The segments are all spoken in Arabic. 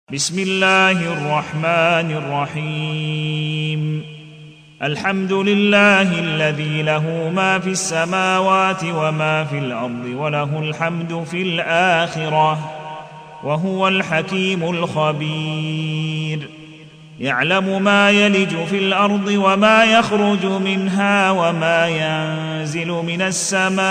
بسم الله الرحمن الرحيم. الحمد لله الذي له ما في السماوات وما في الأرض وله الحمد في الآخرة وهو الحكيم الخبير. يعلم ما يلج في الأرض وما يخرج منها وما ينزل من السماء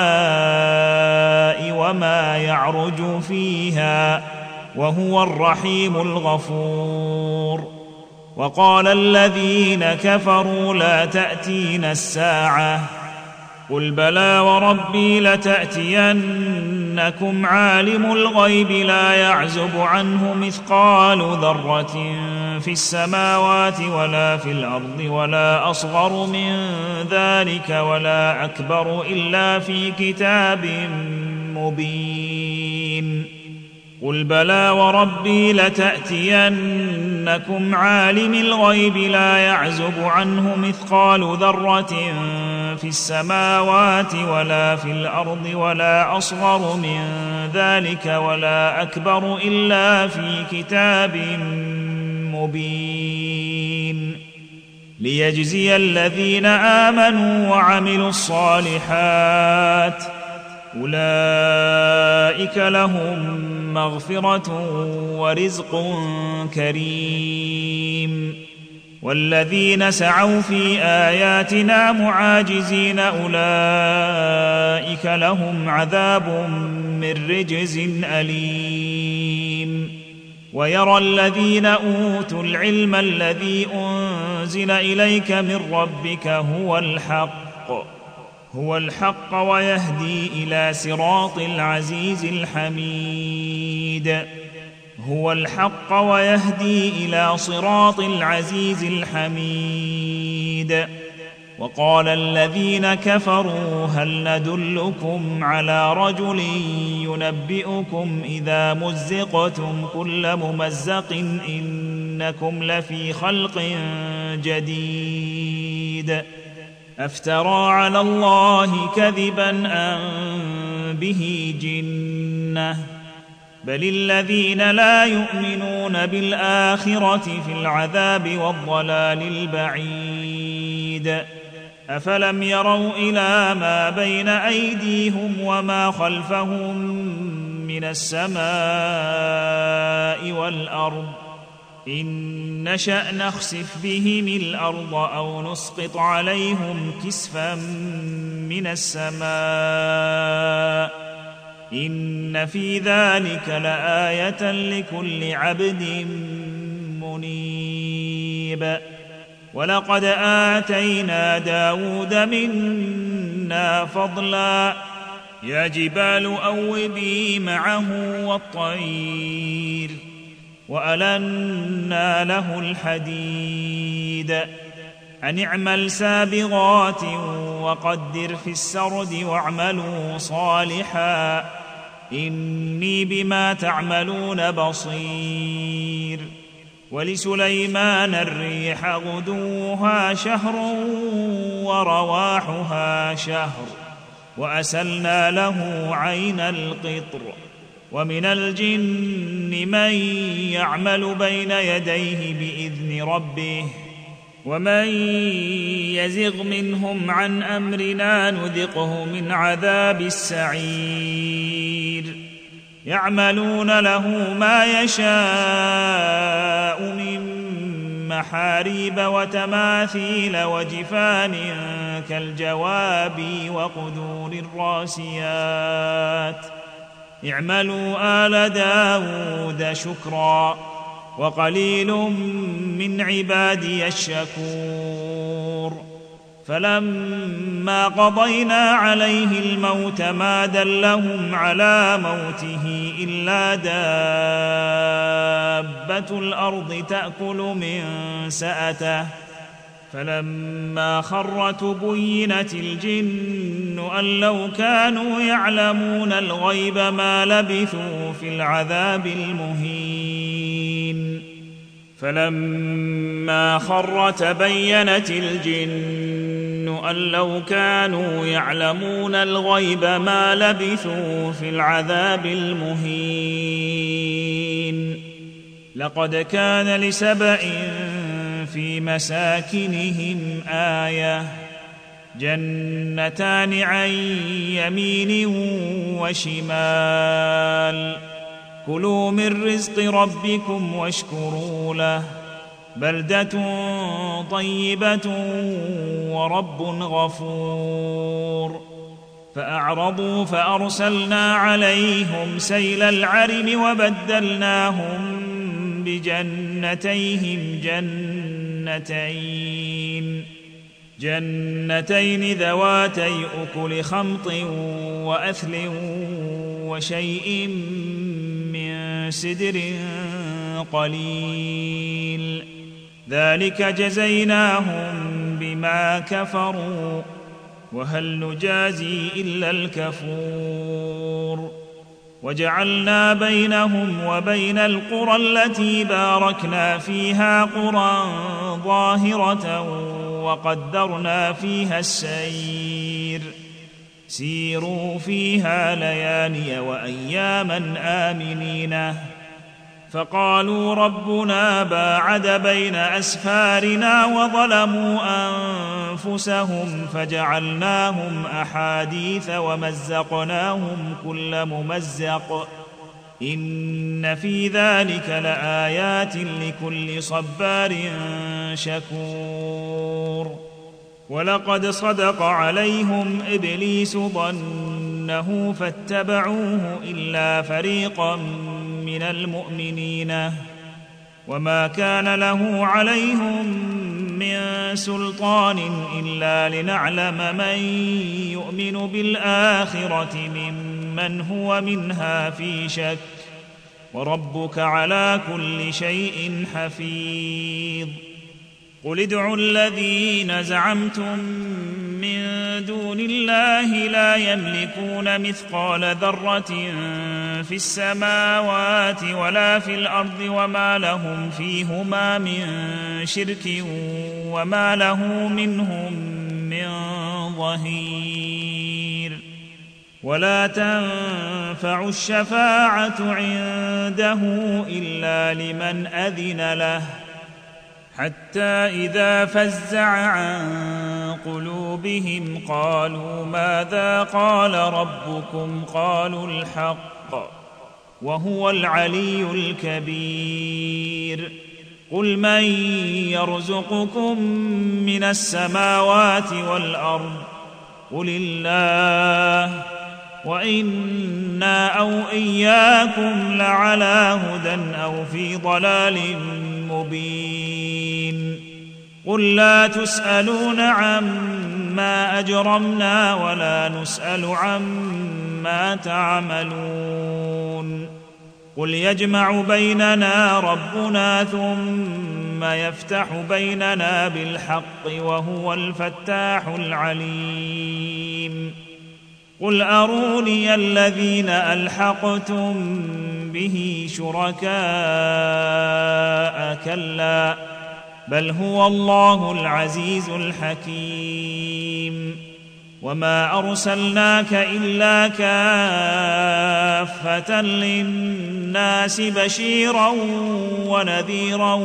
وما يعرج فيها وهو الرحيم الغفور. وقال الذين كفروا لا تأتينا الساعة قل بلى وربي لتأتينكم عالم الغيب لا يعزب عنه مثقال ذرة في السماوات ولا في الأرض ولا أصغر من ذلك ولا أكبر إلا في كتاب مبين. قل بلى وربي لتأتينكم عالم الغيب لا يعزب عنه مثقال ذرة في السماوات ولا في الأرض ولا أصغر من ذلك ولا أكبر إلا في كتاب مبين. ليجزي الذين آمنوا وعملوا الصالحات أولئك لهم مغفرة ورزق كريم. والذين سعوا في آياتنا معاجزين أولئك لهم عذاب من رجز أليم. ويرى الذين أوتوا العلم الذي أنزل إليك من ربك هو الحق ويهدي إلى صراط العزيز الحميد. هو الحق ويهدي إلى صراط العزيز الحميد. وقال الذين كفروا هل ندلكم على رجل ينبئكم إذا مزقتم كل ممزق إنكم لفي خلق جديد أفترى على الله كذبا أم به جنة بل الذين لا يؤمنون بالآخرة في العذاب والضلال البعيد. أفلم يروا إلى ما بين أيديهم وما خلفهم من السماء والأرض إن نشأ نخسف بهم الأرض أو نسقط عليهم كسفا من السماء إن في ذلك لآية لكل عبد منيب. ولقد آتينا داود منا فضلا يا جبال أوبي معه والطير وألنا له الحديد أن اعمل سابغات وقدر في السرد واعملوا صالحا إني بما تعملون بصير. ولسليمان الريح غدوها شهر ورواحها شهر وأسلنا له عين القطر. ومن الجن من يعمل بين يديه بإذن ربه ومن يزغ منهم عن أمرنا نذقه من عذاب السعير. يعملون له ما يشاء من محاريب وتماثيل وجفان كالجواب وقدور الراسيات اعملوا آل داود شكرا وقليل من عبادي الشكور. فلما قضينا عليه الموت ما دلهم على موته إلا دابة الأرض تأكل من سأته فلما خر تبينت الجن أن لو كانوا يعلمون الغيب ما لبثوا في العذاب المهين. فلما خر تبينت الجن أن لو كانوا يعلمون الغيب ما لبثوا في العذاب المهين. لقد كان لسبإ في مساكنهم آية جنتان عن يمين وشمال كلوا من رزق ربكم واشكروا له بلدة طيبة ورب غفور فأعرضوا فأرسلنا عليهم سيل العرم وبدلناهم بجنتيهم جنتين ذواتي أكل خمط وأثل وشيء من سدر قليل ذلك جزيناهم بما كفروا وهل نجازي إلا الكفور وجعلنا بينهم وبين القرى التي باركنا فيها قرى ظاهرة وقدرنا فيها السير سيروا فيها ليالي وأياما آمنين فقالوا ربنا باعد بين أسفارنا وظلموا أنفسهم فجعلناهم أحاديث ومزقناهم كل ممزق إن في ذلك لآيات لكل صبار شكور ولقد صدق عليهم إبليس ظنه فاتبعوه إلا فريقا من المؤمنين وما كان له عليهم من سلطان إلا لنعلم من يؤمن بالآخرة ممن هو منها في شك وربك على كل شيء حفيظ قل ادعوا الذين زعمتم من دون الله لا يملكون مثقال ذرة في السماوات ولا في الأرض وما لهم فيهما من شرك وما له منهم من ظهير ولا تنفع الشفاعة عنده إلا لمن أذن له حتى إذا فزع عن قلوبهم قالوا ماذا قال ربكم قالوا الحق وهو العلي الكبير قل من يرزقكم من السماوات والأرض قل الله وإنا أو إياكم لعلى هدى أو في ضلال مبين قل لا تسألون عما أجرمنا ولا نسأل عما تعملون قل يجمع بيننا ربنا ثم يفتح بيننا بالحق وهو الفتاح العليم قل أروني الذين ألحقتم به شركاء كلا بل هو الله العزيز الحكيم وما أرسلناك إلا كافة للناس بشيرا ونذيرا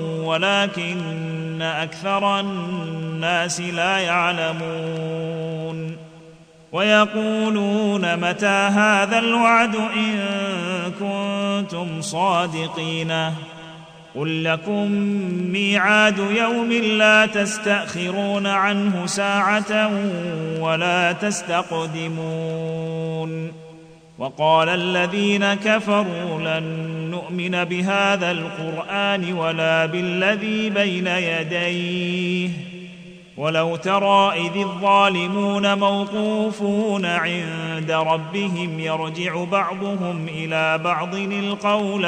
ولكن أكثر الناس لا يعلمون ويقولون متى هذا الوعد إن كنتم صادقين قل لكم ميعاد يوم لا تستأخرون عنه ساعة ولا تستقدمون وقال الذين كفروا لن نؤمن بهذا القرآن ولا بالذي بين يديه ولو ترى إذ الظالمون موقوفون عند ربهم يرجع بعضهم إلى بعض القول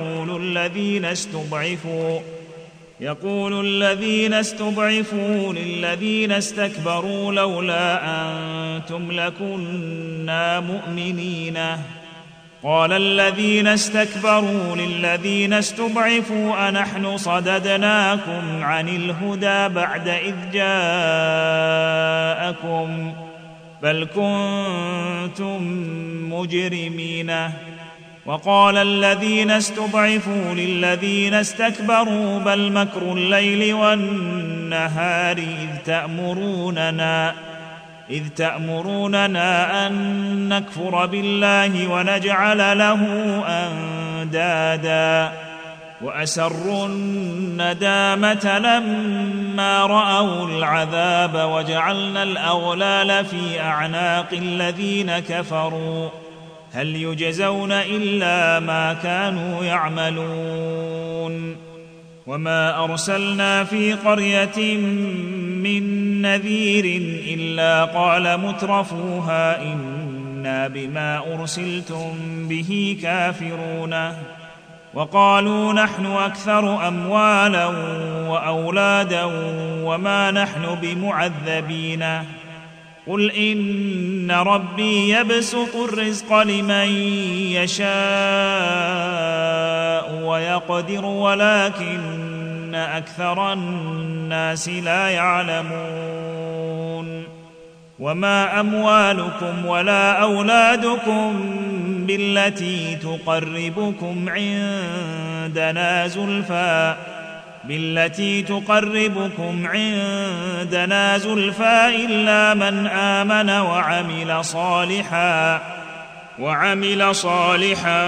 يقول الذين استضعفوا للذين استكبروا لولا أنتم لكنا مؤمنين قال الذين استكبروا للذين استضعفوا أنحن صددناكم عن الهدى بعد إذ جاءكم بل كنتم مجرمين وقال الذين استضعفوا للذين استكبروا بل مكر الليل والنهار إذ تأمروننا أن نكفر بالله ونجعل له أندادا وأسروا الندامة لما رأوا العذاب وجعلنا الأغلال في أعناق الذين كفروا هل يجزون إلا ما كانوا يعملون وما أرسلنا في قرية من نذير إلا قال مترفوها إنا بما أرسلتم به كافرون وقالوا نحن أكثر أموالا وأولادا وما نحن بمعذبين قل إن ربي يبسط الرزق لمن يشاء ويقدر ولكن أكثر الناس لا يعلمون وما أموالكم ولا أولادكم بالتي تقربكم عندنا زلفى إلا من آمن وعمل صالحا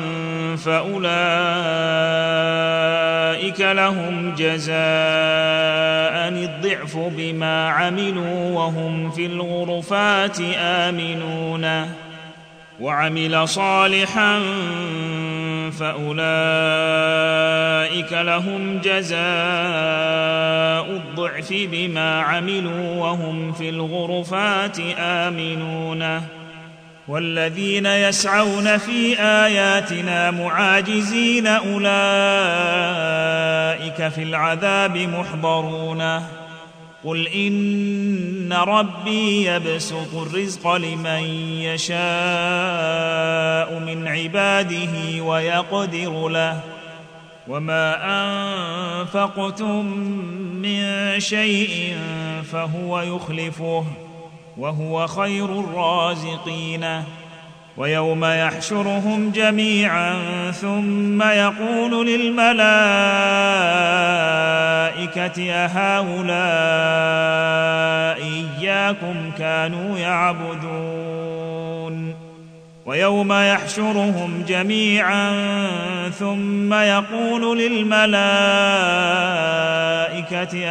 فأولئك لهم جزاء الضعف بما عملوا وهم في الغرفات آمنون وعمل صالحا فأولئك لهم جزاء الضعف بما عملوا وهم في الغرفات آمنون والذين يسعون في آياتنا معاجزين أولئك في العذاب محضرون قل إن ربي يبسط الرزق لمن يشاء من عباده ويقدر له وما أنفقتم من شيء فهو يخلفه وهو خير الرازقين ويوم يحشرهم جميعا ثم يقول للملائكة أهؤلاء إياكم كانوا يعبدون ويوم يحشرهم جميعا ثم يقول للملائكة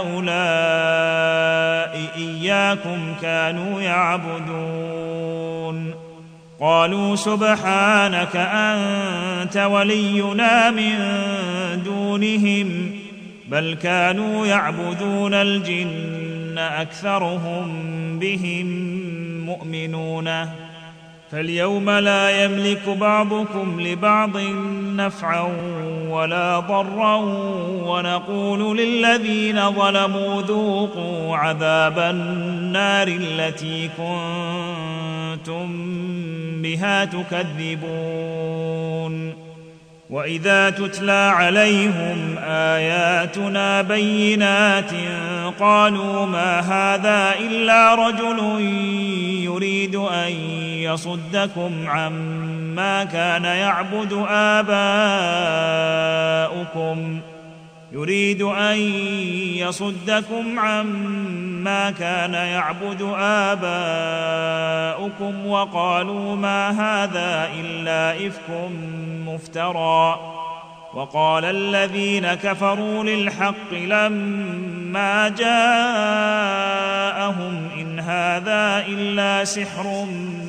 أهؤلاء إياكم كانوا يعبدون قالوا سبحانك أنت ولينا من دونهم بل كانوا يعبدون الجن أكثرهم بهم مؤمنون فاليوم لا يملك بعضكم لبعض نفعا ولا ضرا ونقول للذين ظلموا ذوقوا عذاب النار التي كنتم بها تكذبون وإذا تتلى عليهم آياتنا بينات قالوا ما هذا إلا رجل يريد أن يصدكم عما كان يعبد آباؤكم وقالوا ما هذا إلا إفك مفترى وقال الذين كفروا للحق لما جاءهم إن هذا إلا سحر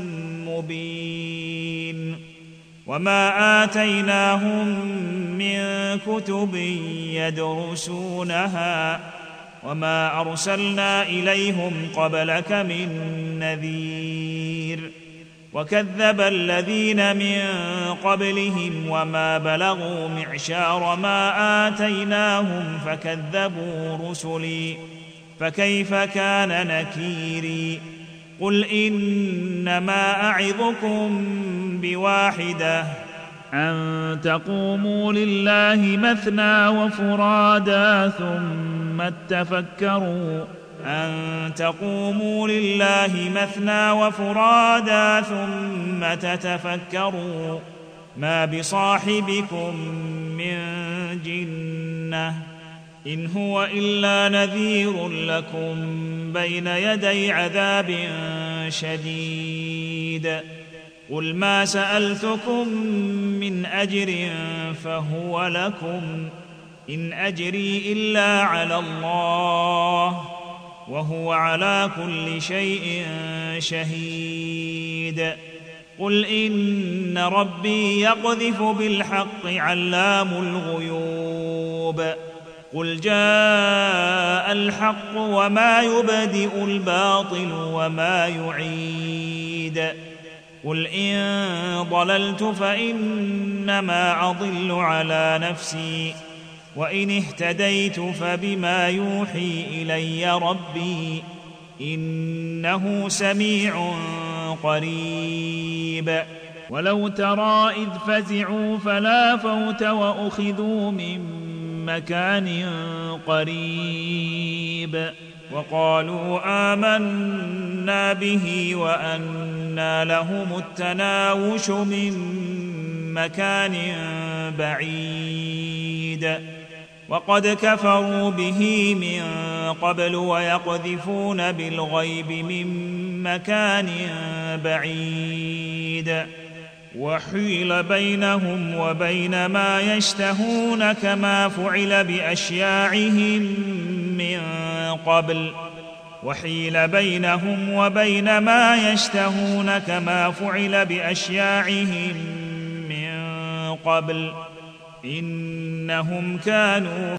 مبين وما آتيناهم من كتب يدرسونها وما أرسلنا إليهم قبلك من نذير وكذب الذين من قبلهم وما بلغوا معشار ما آتيناهم فكذبوا رسلي فكيف كان نكيري قل إنما أعظكم بواحدة أن تقوموا لله مثنى وفرادا ثم تتفكروا ما بصاحبكم من جنة إن هو إلا نذير لكم بين يدي عذاب شديد قل ما سألتكم من أجر فهو لكم إن أجري إلا على الله وهو على كل شيء شهيد قل إن ربي يقذف بالحق علام الغيوب قل جاء الحق وما يبدئ الباطل وما يعيد قل إن ضللت فإنما أضل على نفسي وإن اهتديت فبما يوحي إلي ربي إنه سميع قريب ولو ترى إذ فزعوا فلا فوت وأخذوا من مكان قريب وقالوا آمنا به وأنى لهم التناوش من مكان بعيد وقد كفروا به من قبل ويقذفون بالغيب من مكان بعيد وحيل بينهم وبين ما يشتهون كما فعل بأشياعهم من قبل وحيل بينهم وبين ما يشتهون كما فعل بأشياعهم من قبل إنهم كانوا